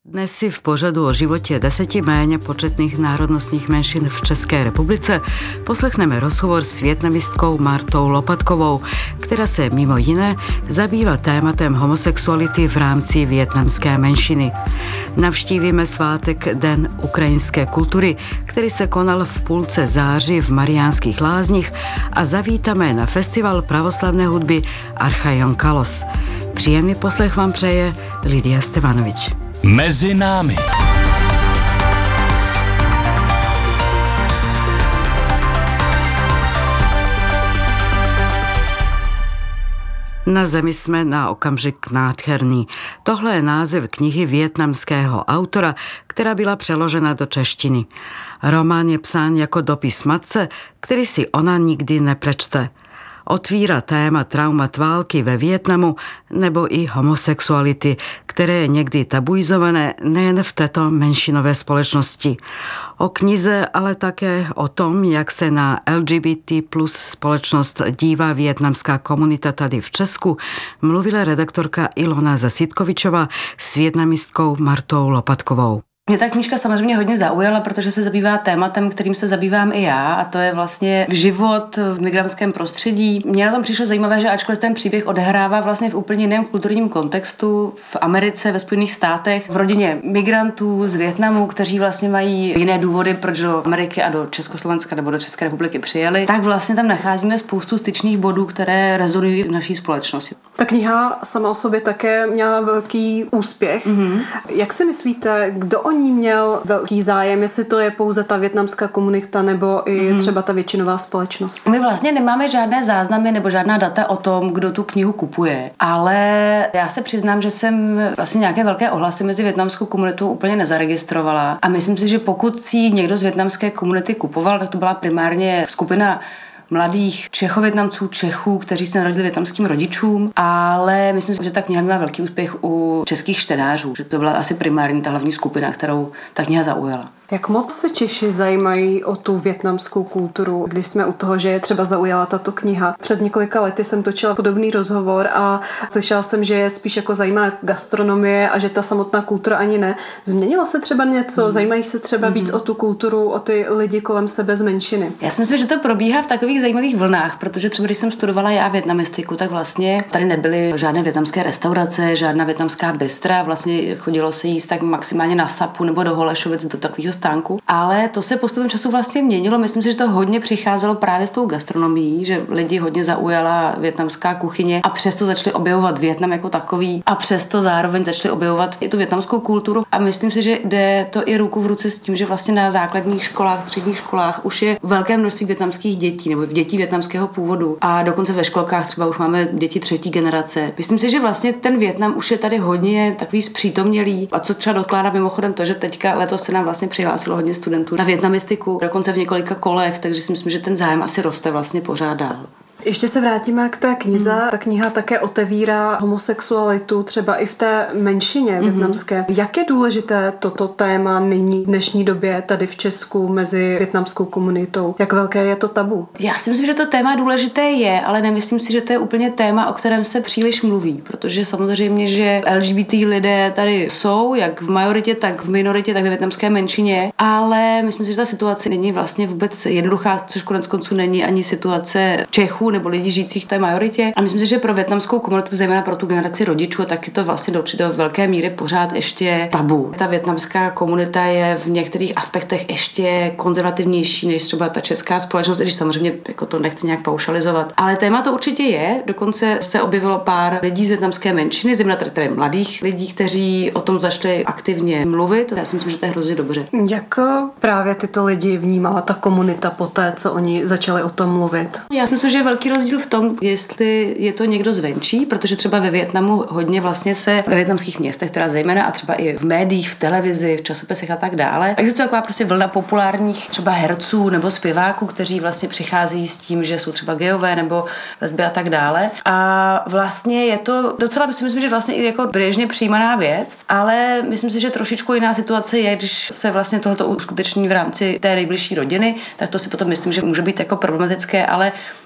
Dnes si v pořadu o životě 10 méně početných národnostních menšin v České republice poslechneme rozhovor s vietnamistkou Martou Lopatkovou, která se mimo jiné zabývá tématem homosexuality v rámci vietnamské menšiny. Navštívíme svátek Den ukrajinské kultury, který se konal v půlce září v Mariánských Lázních, a zavítáme na festival pravoslavné hudby Archaion Kalos. Příjemný poslech vám přeje Lidia Stevanovič. Mezi námi. Na zemi jsme na okamžik nádherný. Tohle je název knihy vietnamského autora, která byla přeložena do češtiny. Román je psán jako dopis matce, který si ona nikdy neprečte. Otvírá téma traumat války ve Vietnamu nebo i homosexuality, které je někdy tabuizované nejen v této menšinové společnosti. O knize, ale také o tom, jak se na LGBT plus společnost dívá vietnamská komunita tady v Česku, mluvila redaktorka Ilona Zasitkovičová s vietnamistkou Martou Lopatkovou. Mě ta knížka samozřejmě hodně zaujala, protože se zabývá tématem, kterým se zabývám i já, a to je vlastně život v migrantském prostředí. Mně na tom přišlo zajímavé, že ačkoliv ten příběh odehrává vlastně v úplně jiném kulturním kontextu, v Americe, ve Spojených státech, v rodině migrantů z Vietnamu, kteří vlastně mají jiné důvody, proč do Ameriky a do Československa nebo do České republiky přijeli, tak vlastně tam nacházíme spoustu styčných bodů, které rezonují v naší společnosti. Ta kniha sama o sobě také měla velký úspěch. Jak si myslíte, kdo o ní měl velký zájem, jestli to je pouze ta vietnamská komunita nebo i třeba ta většinová společnost? My vlastně nemáme žádné záznamy nebo žádná data o tom, kdo tu knihu kupuje, ale já se přiznám, že jsem vlastně nějaké velké ohlasy mezi vietnamskou komunitou úplně nezaregistrovala, a myslím si, že pokud si někdo z vietnamské komunity kupoval, tak to byla primárně skupina mladých Čechovětnamců, Čechů, kteří se narodili vietnamským rodičům, ale myslím si, že ta kniha měla velký úspěch u českých čtenářů, že to byla asi primární ta hlavní skupina, kterou ta kniha zaujala. Jak moc se Češi zajímají o tu vietnamskou kulturu, když jsme u toho, že je třeba zaujala tato kniha? Před několika lety jsem točila podobný rozhovor a slyšela jsem, že je spíš jako zajímá gastronomie a že ta samotná kultura ani ne. Změnilo se třeba něco? Zajímají se třeba víc o tu kulturu, o ty lidi kolem sebe z menšiny? Já si myslím, že to probíhá v takových zajímavých vlnách, protože třeba když jsem studovala já vietnamistiku, tak vlastně tady nebyly žádné vietnamské restaurace, žádná vietnamská bystra, vlastně chodilo se jíst tak maximálně na Sapu nebo do Holešovic, do takového stánku. Ale to se postupem času vlastně měnilo. Myslím si, že to hodně přicházelo právě s tou gastronomií, že lidi hodně zaujala vietnamská kuchyně a přesto začali objevovat Vietnam jako takový a přesto zároveň začali objevovat i tu vietnamskou kulturu. A myslím si, že jde to i ruku v ruce s tím, že vlastně na základních školách, středních školách už je velké množství vietnamských dětí nebo dětí vietnamského původu. A dokonce ve školkách třeba už máme děti 3. generace. Myslím si, že vlastně ten Vietnam už je tady hodně takový zpřítomnělý, a co třeba dokládá mimochodem to, že teďka letos se nám vlastně přihlásilo hodně studentů na vietnamistiku, dokonce v několika kolech, takže si myslím, že ten zájem asi roste vlastně pořád dál. Ještě se vrátíme k té knize. Ta kniha také otevírá homosexualitu třeba i v té menšině vietnamské. Jak je důležité toto téma nyní v dnešní době tady v Česku mezi vietnamskou komunitou? Jak velké je to tabu? Já si myslím, že to téma důležité je, ale nemyslím si, že to je úplně téma, o kterém se příliš mluví, protože samozřejmě, že LGBT lidé tady jsou, jak v majoritě, tak v minoritě, tak ve vietnamské menšině, ale myslím si, že ta situace není vlastně vůbec jednoduchá, což koneckonců není ani situace Čechů nebo lidí žijících v té majoritě. A myslím si, že pro vietnamskou komunitu, zejména pro tu generaci rodičů, tak je to vlastně do určité velké míry pořád ještě tabu. Ta vietnamská komunita je v některých aspektech ještě konzervativnější než třeba ta česká společnost, když samozřejmě jako to nechci nějak paušalizovat. Ale téma to určitě je. Dokonce se objevilo pár lidí z vietnamské menšiny, zejména tady mladých lidí, kteří o tom začali aktivně mluvit. Já si myslím, že to je hrozně dobře. Jak právě tyto lidi vnímala ta komunita poté, co oni začali o tom mluvit? Já si myslím, že je velký rozdíl v tom, jestli je to někdo zvenčí, protože třeba ve Vietnamu hodně vlastně se ve vietnamských městech, teda zejména, a třeba i v médiích, v televizi, v časopisech a tak dále, existuje taková prostě vlna populárních třeba herců nebo zpěváků, kteří vlastně přicházejí s tím, že jsou třeba gejové nebo lesby a tak dále. A vlastně je to docela, myslím, že vlastně i jako běžně přijímaná věc, ale myslím si, že trošičku jiná situace je, když se vlastně tohoto uskuteční v rámci té nejbližší rodiny, tak to si potom myslím, že může být jako problematické, ale já vlastně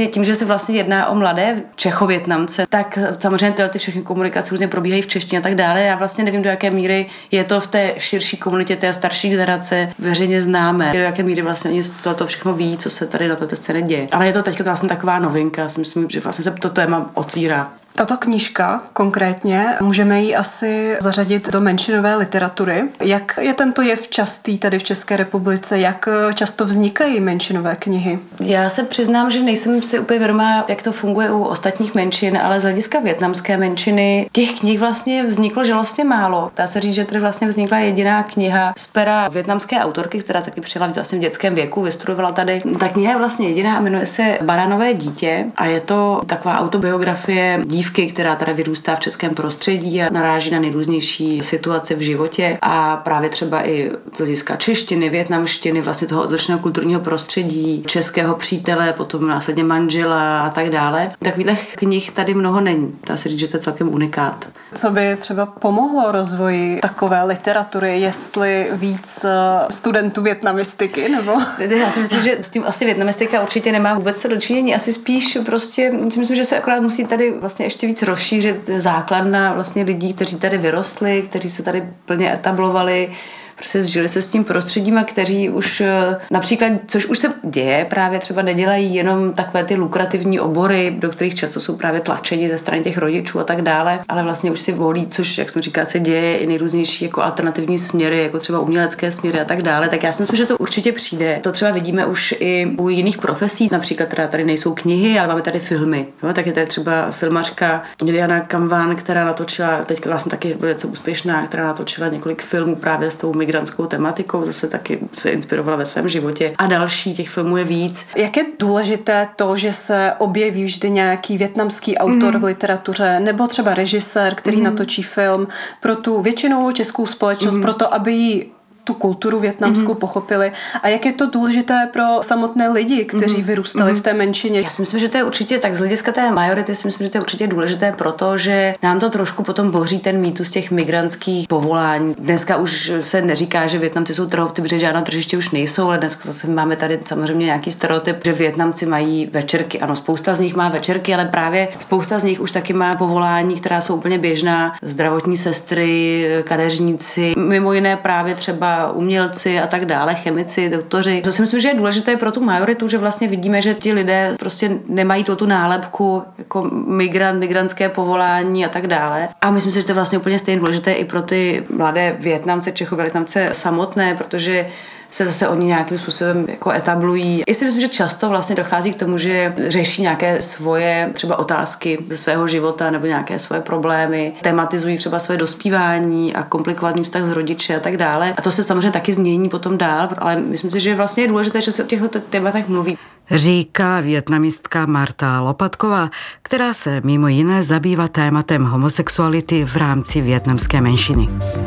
vlastně tím, že se vlastně jedná o mladé Čechovětnamce, tak samozřejmě tyhle všechny komunikace různě probíhají v češtině a tak dále. Já vlastně nevím, do jaké míry je to v té širší komunitě té starší generace veřejně známé, do jaké míry vlastně oni to všechno ví, co se tady na této scéně děje. Ale je to teď vlastně taková novinka, si myslím, že vlastně se to téma otvírá. Tato knížka konkrétně, můžeme ji asi zařadit do menšinové literatury. Jak je tento jev častý tady v České republice? Jak často vznikají menšinové knihy? Já se přiznám, že nejsem si úplně vědomá, jak to funguje u ostatních menšin, ale z hlediska vietnamské menšiny těch knih vlastně vzniklo žalostně málo. Dá se říct, že tady vlastně vznikla jediná kniha z pera vietnamské autorky, která taky přijela vlastně v dětském věku, vystudovala tady. Ta kniha je vlastně jediná a jmenuje se Banánové dítě a je to taková autobiografie dívky, která tady vyrůstá v českém prostředí a naráží na nejrůznější situace v životě a právě třeba i z hlediska češtiny, vietnamštiny, vlastně toho odlišného kulturního prostředí, českého přítele, potom následně manžela a tak dále. Takových knih tady mnoho není. Dá se říct, že to je celkem unikát. Co by třeba pomohlo rozvoji takové literatury, jestli víc studentů vietnamistiky, nebo? Já si myslím, že s tím asi vietnamistika určitě nemá vůbec se dočinění, asi spíš prostě si myslím, že se akorát musí tady vlastně ještě víc rozšířit základna vlastně lidí, kteří tady vyrostli, kteří se tady plně etablovali, prostě zžili se s tím prostředím a kteří už například, což už se děje, právě třeba nedělají jenom takové ty lukrativní obory, do kterých často jsou právě tlačeni ze strany těch rodičů a tak dále, ale vlastně už si volí, což, jak jsem říkala, se děje i nejrůznější jako alternativní směry, jako třeba umělecké směry a tak dále, tak já si myslím, že to určitě přijde. To třeba vidíme už i u jiných profesí, například teda tady nejsou knihy, ale máme tady filmy. No, tak je tady třeba filmařka Liliana Kamvan, která natočila, teď vlastně taky velice úspěšná, která natočila několik filmů právě s tou migrantskou tematikou, zase taky se inspirovala ve svém životě. A další těch filmů je víc. Jak je důležité to, že se objeví vždy nějaký vietnamský autor v literatuře, nebo třeba režisér, který natočí film pro tu většinovou českou společnost, proto aby ji tu kulturu vietnamskou pochopili a jak je to důležité pro samotné lidi, kteří vyrůstali v té menšině. Já si myslím, že to je určitě tak z hlediska té majority, si myslím, že to je určitě důležité, protože nám to trošku potom boří ten mýtus těch migrantských povolání. Dneska už se neříká, že Vietnamci jsou trhovci, protože žádná tržiště už nejsou, ale dneska zase máme tady samozřejmě nějaký stereotyp, že Vietnamci mají večerky. Ano, spousta z nich má večerky, ale právě spousta z nich už taky má povolání, která jsou úplně běžná, zdravotní sestry, kadeřníci, mimo jiné právě třeba umělci a tak dále, chemici, doktoři. To si myslím, že je důležité pro tu majoritu, že vlastně vidíme, že ti lidé prostě nemají tu nálepku jako migrantské povolání a tak dále. A myslím si, že to je vlastně úplně stejně důležité i pro ty mladé Vietnamce, Čechovietnamce samotné, protože se zase oni nějakým způsobem jako etablují. Já si myslím, že často vlastně dochází k tomu, že řeší nějaké svoje třeba otázky ze svého života nebo nějaké svoje problémy, tematizují třeba svoje dospívání a komplikovaný vztah s rodiči a tak dále. A to se samozřejmě taky změní potom dál, ale myslím si, že vlastně je důležité, že se o těchto tématech mluví. Říká vietnamistka Marta Lopatková, která se mimo jiné zabývá tématem homosexuality v rámci vietnamské menšiny.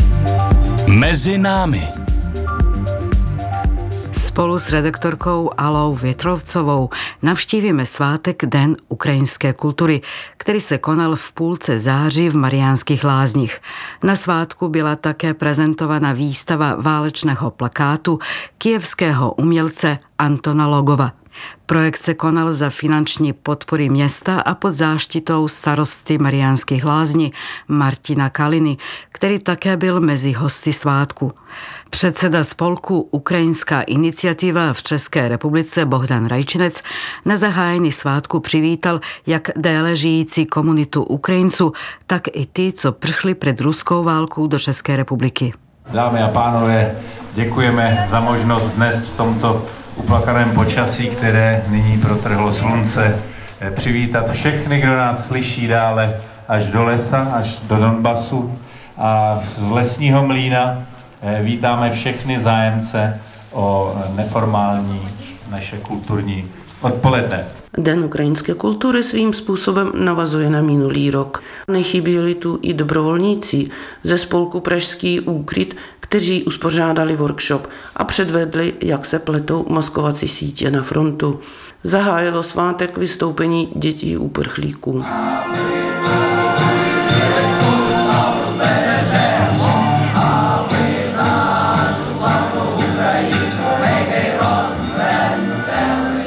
Mezi námi. Spolu s redaktorkou Alou Větrovcovou navštívíme svátek Den ukrajinské kultury, který se konal v půlce září v Mariánských Lázních. Na svátku byla také prezentovaná výstava válečného plakátu kyjevského umělce Antona Logova. Projekt se konal za finanční podpory města a pod záštitou starosty Mariánských Lázní Martina Kaliny, který také byl mezi hosty svátku. Předseda spolku Ukrajinská iniciativa v České republice Bohdan Rajčinec na zahájení svátku přivítal jak déle žijící komunitu Ukrajinců, tak i ty, co prchli před ruskou válkou do České republiky. Dámy a pánové, děkujeme za možnost dnes v tomto uplakaném počasí, které nyní protrhlo slunce, přivítat všechny, kdo nás slyší dále až do lesa, až do Donbasu a z Lesního Mlýna. Vítáme všechny zájemce o neformální naše kulturní odpoledne. Den ukrajinské kultury svým způsobem navazuje na minulý rok. Nechyběli tu i dobrovolníci ze spolku Pražský úkryt, kteří uspořádali workshop a předvedli, jak se pletou maskovací sítě na frontu. Zahájilo svátek vystoupení dětí uprchlíků.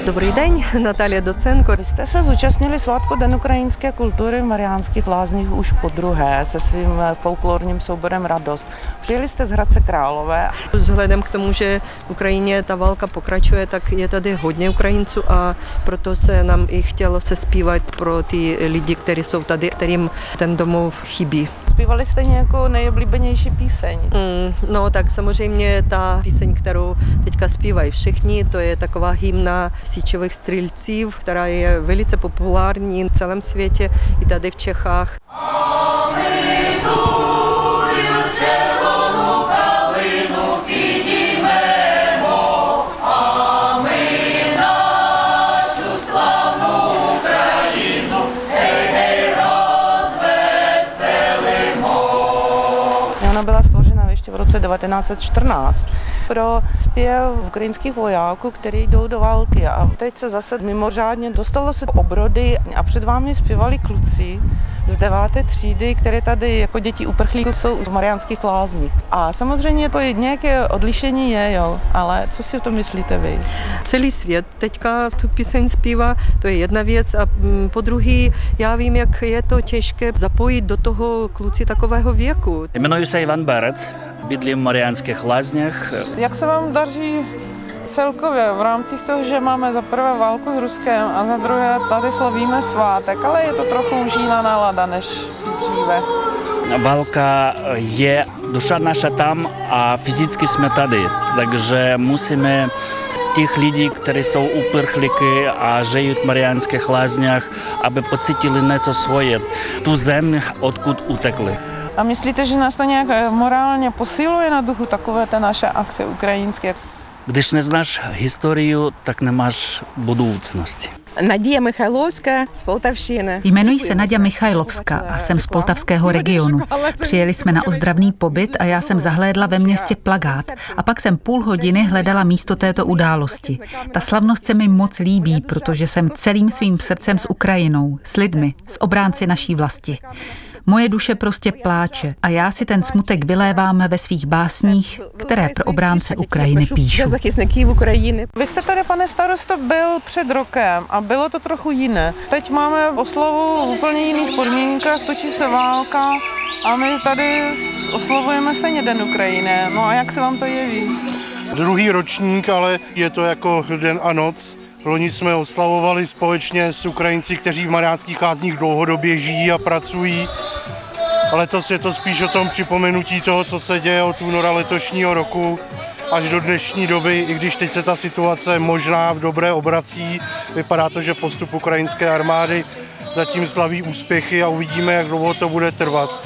Dobrý den, Natalia Docenko. Vy jste se zúčastnili svátku Den ukrajinské kultury v Mariánských Lázních už podruhé se svým folklorním souborem Radost. Přijeli jste z Hradce Králové. Vzhledem k tomu, že v Ukrajině ta válka pokračuje, tak je tady hodně Ukrajinců a proto se nám i chtělo se zpívat pro ty lidi, kteří jsou tady, kterým ten domov chybí. Zpívali jste nějakou nejoblíbenější píseň? No tak samozřejmě ta píseň, kterou teďka zpívají všichni, to je taková hymna Sýčových střelců, která je velice populární v celém světě i tady v Čechách. Byla stvořena ještě v roce 1914 pro zpěv ukrajinských vojáků, kteří jdou do války. A teď se zase mimořádně dostalo se obrody a před vámi zpívali kluci z 9. třídy, které tady jako děti uprchlíků jsou v Mariánských Lázních. A samozřejmě jako nějaké odlišení je, jo, ale co si o tom myslíte vy? Celý svět teďka tu píseň zpívá, to je jedna věc a po druhý já vím, jak je to těžké zapojit do toho kluci takového věku. Jmenuji se Ivan Berec, bydlím v Mariánských Lázních. Jak se vám daří celkově v rámci toho, že máme za prvé válku s Ruskem a za druhé tady slavíme svátek, ale je to trochu už jiná nálada než dříve. Válka je, duša naša tam a fyzicky jsme tady, takže musíme těch lidí, kteří jsou uprchlíky a žijí v Mariánských Lázních, aby pocítili něco svoje, tu zem, odkud utekli. A myslíte, že nás to nějak morálně posiluje na duchu takové té naše akce ukrajinské? Když neznáš historii, tak nemáš budoucnost. Naděja Michajlovská z Poltavštiny. Jmenuji se Naděja Michajlovská a jsem z poltavského regionu. Přijeli jsme na ozdravný pobyt a já jsem zahlédla ve městě plakát a pak jsem půl hodiny hledala místo této události. Ta slavnost se mi moc líbí, protože jsem celým svým srdcem s Ukrajinou, s lidmi, s obránci naší vlasti. Moje duše prostě pláče a já si ten smutek vylévám ve svých básních, které pro obránce Ukrajiny píšu. Vy jste tady, pane starosto, byl před rokem a bylo to trochu jiné. Teď máme oslavu v úplně jiných podmínkách, točí se válka a my tady oslavujeme stejně Den Ukrajiny. No a jak se vám to jeví? Druhý ročník, ale je to jako den a noc. Loni jsme oslavovali společně s Ukrajinci, kteří v Mariánských Lázních dlouhodobě žijí a pracují. Letos je to spíš o tom připomenutí toho, co se děje od února letošního roku až do dnešní doby, i když teď se ta situace možná v dobré obrací. Vypadá to, že postup ukrajinské armády zatím slaví úspěchy a uvidíme, jak dlouho to bude trvat.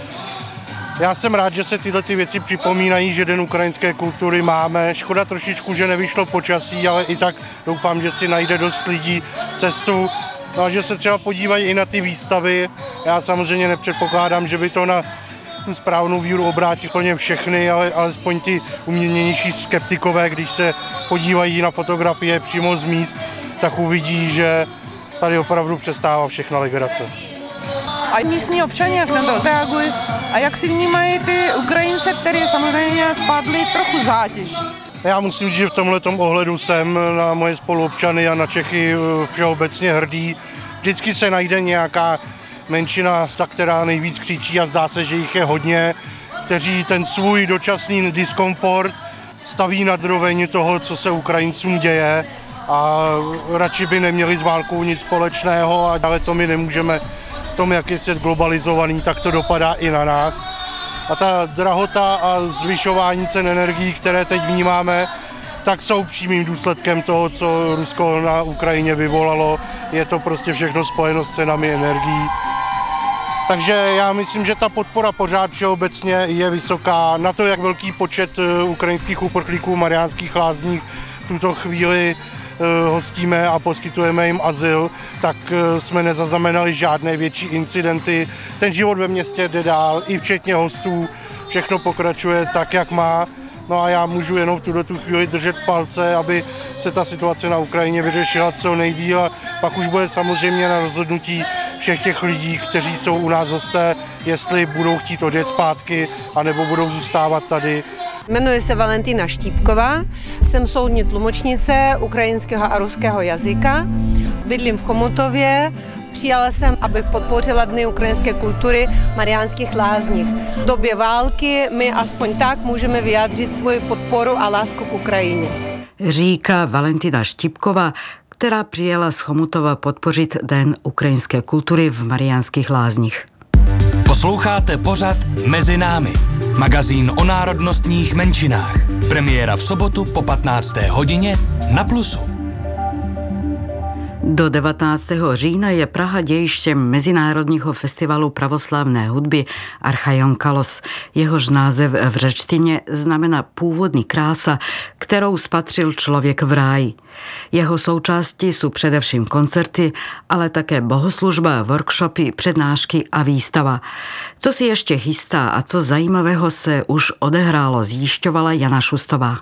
Já jsem rád, že se tyhle věci připomínají, že Den ukrajinské kultury máme. Škoda trošičku, že nevyšlo počasí, ale i tak doufám, že si najde dost lidí cestu. No a že se třeba podívají i na ty výstavy. Já samozřejmě nepředpokládám, že by to na tu správnou víru obrátí plně všechny, ale alespoň ty umírněnější skeptikové, když se podívají na fotografie přímo z míst, tak uvidí, že tady opravdu přestává všechna legrace. A místní občané jak na to reagují a jak si vnímají ty Ukrajince, kteří samozřejmě spadli trochu zátěží? Já musím říct, že v tomhletom ohledu jsem na moje spoluobčany a na Čechy všeobecně hrdý. Vždycky se najde nějaká menšina, ta, která nejvíc křičí a zdá se, že jich je hodně, kteří ten svůj dočasný diskomfort staví nad roveň toho, co se Ukrajincům děje a radši by neměli s válkou nic společného, ale to my nemůžeme. V tom, jak je svět globalizovaný, tak to dopadá i na nás. A ta drahota a zvyšování cen energií, které teď vnímáme, tak jsou přímým důsledkem toho, co Rusko na Ukrajině vyvolalo. Je to prostě všechno spojeno s cenami energií. Takže já myslím, že ta podpora pořád všeobecně je vysoká. Na to, jak velký počet ukrajinských uprchlíků v Mariánských Lázních v tuto chvíli hostíme a poskytujeme jim azyl, tak jsme nezaznamenali žádné větší incidenty. Ten život ve městě jde dál, i včetně hostů, všechno pokračuje tak, jak má. No a já můžu jenom v tu chvíli držet palce, aby se ta situace na Ukrajině vyřešila co nejdýl a pak už bude samozřejmě na rozhodnutí všech těch lidí, kteří jsou u nás hosté, jestli budou chtít odjet zpátky, anebo budou zůstávat tady. Jmenuji se Valentina Štípková, jsem soudní tlumočnice ukrajinského a ruského jazyka. Bydlím v Chomutově. Přijala jsem, abych podpořila Dny ukrajinské kultury v Mariánských Lázních. V době války my aspoň tak můžeme vyjádřit svoji podporu a lásku k Ukrajině. Říká Valentina Štipková, která přijela z Chomutova podpořit Den ukrajinské kultury v Mariánských Lázních. Posloucháte pořad Mezi námi, magazín o národnostních menšinách. Premiéra v sobotu po 15. hodině na Plusu. Do 19. října je Praha dějištěm Mezinárodního festivalu pravoslavné hudby Archaion Kalos. Jehož název v řečtině znamená původní krása, kterou spatřil člověk v ráji. Jeho součástí jsou především koncerty, ale také bohoslužba, workshopy, přednášky a výstava. Co si ještě chystá a co zajímavého se už odehrálo, zjišťovala Jana Šustová.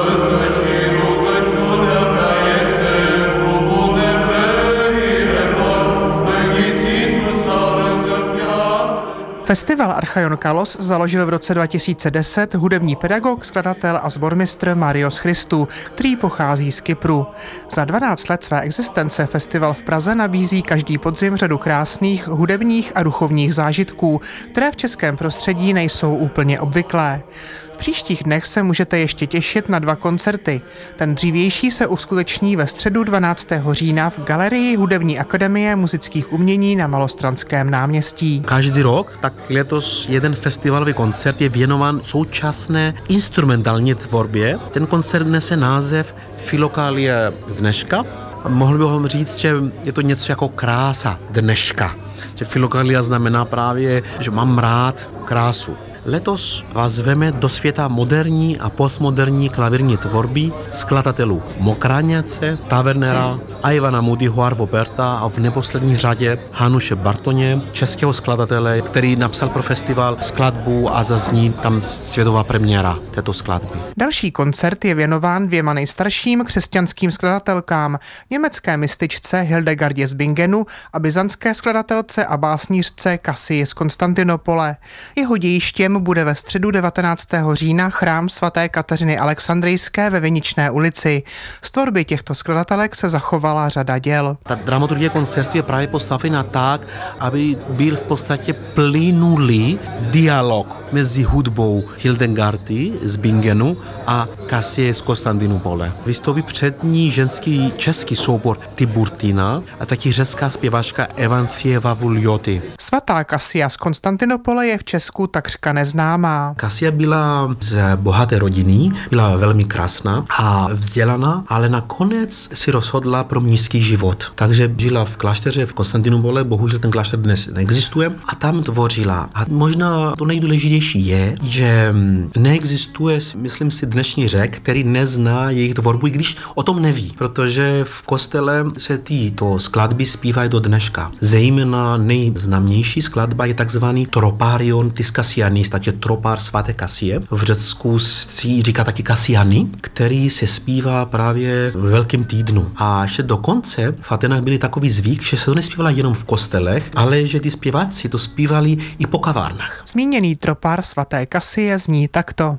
Festival Archaion Kalos založil v roce 2010 hudební pedagog, skladatel a sbormistr Marios Christou, který pochází z Kypru. Za 12 let své existence festival v Praze nabízí každý podzim řadu krásných hudebních a duchovních zážitků, které v českém prostředí nejsou úplně obvyklé. V příštích dnech se můžete ještě těšit na 2 koncerty. Ten dřívější se uskuteční ve středu 12. října v galerii Hudební akademie muzických umění na Malostranském náměstí. Každý rok, tak letos jeden festivalový koncert je věnován současné instrumentální tvorbě. Ten koncert nese název Filokalie dneška. Mohl bychom říct, že je to něco jako krása dneška. Že filokalia znamená právě, že mám rád krásu. Letos vás zveme do světa moderní a postmoderní klavírní tvorby skladatelů Mokráňace, Tavernera a Ivana Moodyho Arvo Perta a v neposlední řadě Hanuše Bartoně, českého skladatele, který napsal pro festival skladbu a zazní tam světová premiéra této skladby. Další koncert je věnován 2 nejstarším křesťanským skladatelkám, německé mističce Hildegardě z Bingenu a byzantské skladatelce a básnířce Kasii z Konstantinopole. Jeho dějištěm bude ve středu 19. října chrám svaté Kateřiny Alexandrijské ve Viničné ulici. Z tvorby těchto skladatelek se zachovala řada děl. Ta dramaturgie koncertu je právě postavena tak, aby byl v podstatě plynulý dialog mezi hudbou Hildegardy z Bingenu a Kasie z Konstantinopole. Vystoupí přední ženský český soubor Tiburtina a taky řecká zpěvačka Evanthia Vulioty. Svatá Kasia z Konstantinopole je v Česku takřka neznámá. Kasia byla z bohaté rodiny, byla velmi krásná a vzdělaná, ale nakonec si rozhodla pro mnišský život. Takže žila v klášteře v Konstantinopole, bohužel ten klášter dnes neexistuje, a tam tvořila. A možná to nejdůležitější je, že neexistuje, myslím si, dnešní Řek, který nezná jejich tvorbu, i když o tom neví, protože v kostele se tyto skladby zpívají do dneška. Zejména nejznámější skladba je takzvaný Troparion tis Kassianis, takže tropár svaté Kasie. V Řecku si říká taky Kassiany, který se zpívá právě v Velkém týdnu. A ještě dokonce v Atenách byli takový zvyk, že se to nespívala jenom v kostelech, ale že ty zpěváci to zpívali i po kavárnách. Zmíněný tropár svaté Kasie zní takto.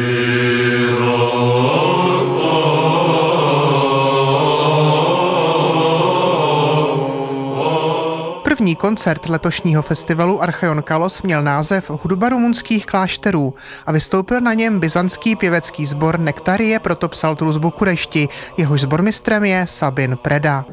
První koncert letošního festivalu Archaion Kalos měl název Hudba rumunských klášterů a vystoupil na něm byzantský pěvecký sbor Nektarie Protopsaltu z Bukurešti. Jehož sbormistrem je Sabin Preda.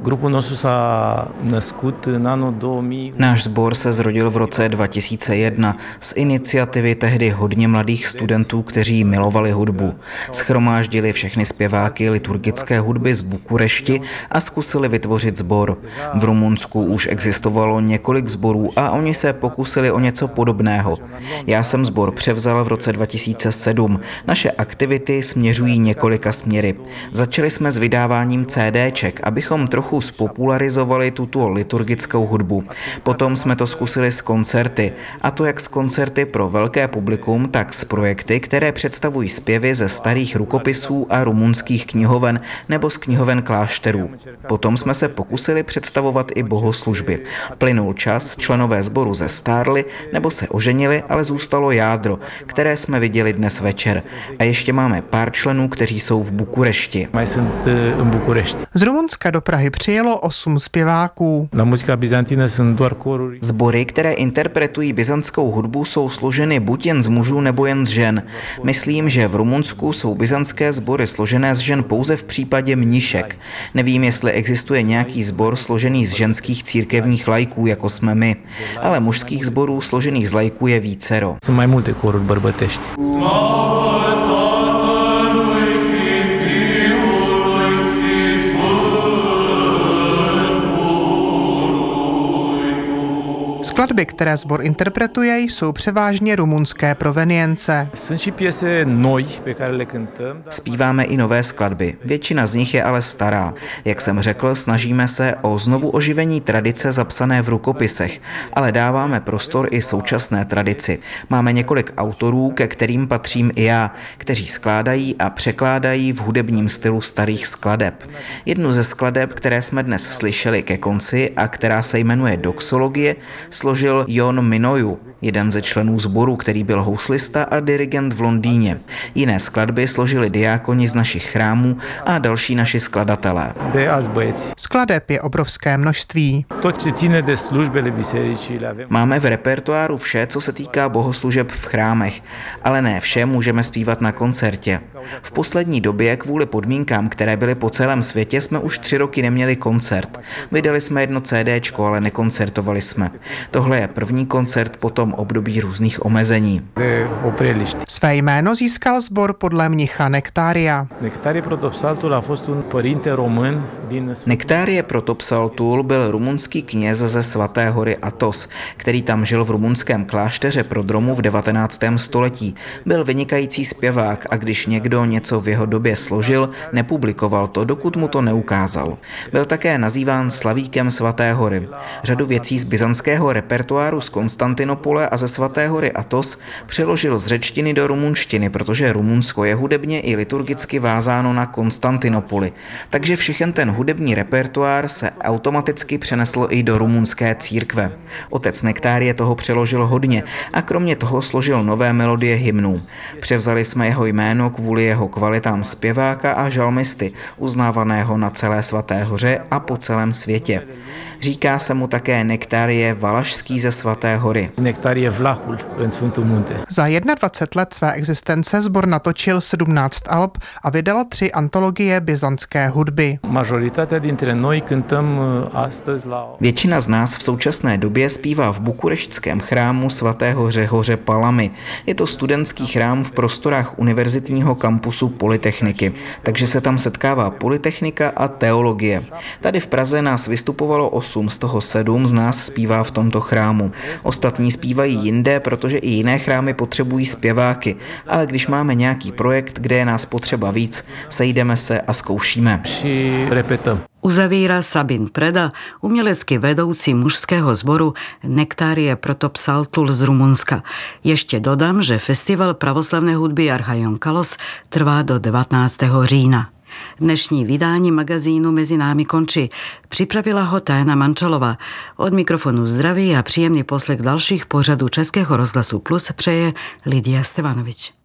Náš sbor se zrodil v roce 2001 z iniciativy tehdy hodně mladých studentů, kteří milovali hudbu. Shromáždili všechny zpěváky liturgické hudby z Bukurešti a zkusili vytvořit sbor. V Rumunsku už existovalo několik sborů a oni se pokusili o něco podobného. Já jsem sbor převzal v roce 2007. Naše aktivity směřují několika směry. Začali jsme s vydáváním CDček, abychom trochu spopularizovali tuto liturgickou hudbu. Potom jsme to zkusili s koncerty. A to jak s koncerty pro velké publikum, tak s projekty, které představují zpěvy ze starých rukopisů a rumunských knihoven nebo z knihoven klášterů. Potom jsme se pokusili představovat i bohoslužby. Plynu uplynul čas, členové sboru zestárli nebo se oženili, ale zůstalo jádro, které jsme viděli dnes večer. A ještě máme pár členů, kteří jsou v Bukurešti. Z Rumunska do Prahy přijelo 8 zpěváků. Sbory, které interpretují byzantskou hudbu, jsou složeny buď jen z mužů nebo jen z žen. Myslím, že v Rumunsku jsou byzantské sbory složené z žen pouze v případě mnišek. Nevím, jestli existuje nějaký sbor složený z ženských církevních laiků, jako jsme my, ale mužských sborů složených z laiků je vícero. Skladby, které sbor interpretuje, jsou převážně rumunské provenience. Zpíváme i nové skladby, většina z nich je ale stará. Jak jsem řekl, snažíme se o znovu oživení tradice zapsané v rukopisech, ale dáváme prostor i současné tradici. Máme několik autorů, ke kterým patřím i já, kteří skládají a překládají v hudebním stylu starých skladeb. Jednu ze skladeb, které jsme dnes slyšeli ke konci a která se jmenuje Doxologie, složil Jon Minoju, jeden ze členů sboru, který byl houslista a dirigent v Londýně. Jiné skladby složili diákoni z našich chrámů a další naši skladatelé. Skladeb je obrovské množství. Máme v repertoáru vše, co se týká bohoslužeb v chrámech, ale ne vše můžeme zpívat na koncertě. V poslední době kvůli podmínkám, které byly po celém světě, jsme už 3 roky neměli koncert. Vydali jsme jedno CDčko, ale nekoncertovali jsme. Tohle je první koncert po tom období různých omezení. Své jméno získal sbor podle mnicha Nectaria. Nectarie Protopsaltul byl rumunský kněz ze Svaté hory Athos, který tam žil v rumunském klášteře prodromu v 19. století. Byl vynikající zpěvák a když někdo něco v jeho době složil, nepublikoval to, dokud mu to neukázal. Byl také nazýván slavíkem Svaté hory. Řadu věcí z byzantského repertoáru z Konstantinopole a ze Svaté hory Athos přeložil z řečtiny do rumunštiny, protože Rumunsko je hudebně i liturgicky vázáno na Konstantinopoli. Takže všechen ten hudební repertoár se automaticky přenesl i do rumunské církve. Otec Nectarie toho přeložil hodně a kromě toho složil nové melodie hymnů. Převzali jsme jeho jméno kvůli jeho kvalitám zpěváka a žalmisty, uznávaného na celé Svaté hoře a po celém světě. Říká se mu také Nectarie Valašský ze Svaté hory. Za 21 let své existence sbor natočil 17 alb a vydal 3 antologie byzantské hudby. Většina z nás v současné době zpívá v bukureštském chrámu svatého Řehoře Palamy. Je to studentský chrám v prostorách univerzitního kampusu Polytechniky, takže se tam setkává polytechnika a teologie. Tady v Praze nás vystupovalo 8, z toho 7 z nás zpívá v tomto chrámu. Ostatní zpívají jinde, protože i jiné chrámy potřebují zpěváky, ale když máme nějaký projekt, kde je nás potřeba víc, sejdeme se a zkoušíme. Uzavírá Sabin Preda, umělecký vedoucí mužského sboru Nectarie Protopsaltul z Rumunska. Ještě dodám, že festival pravoslavné hudby Archaion Kalos trvá do 19. října. Dnešní vydání magazínu Mezi námi končí. Připravila ho Tajana Mančalová. Od mikrofonu zdraví a příjemný poslech dalších pořadů Českého rozhlasu Plus přeje Lidia Stevanovič.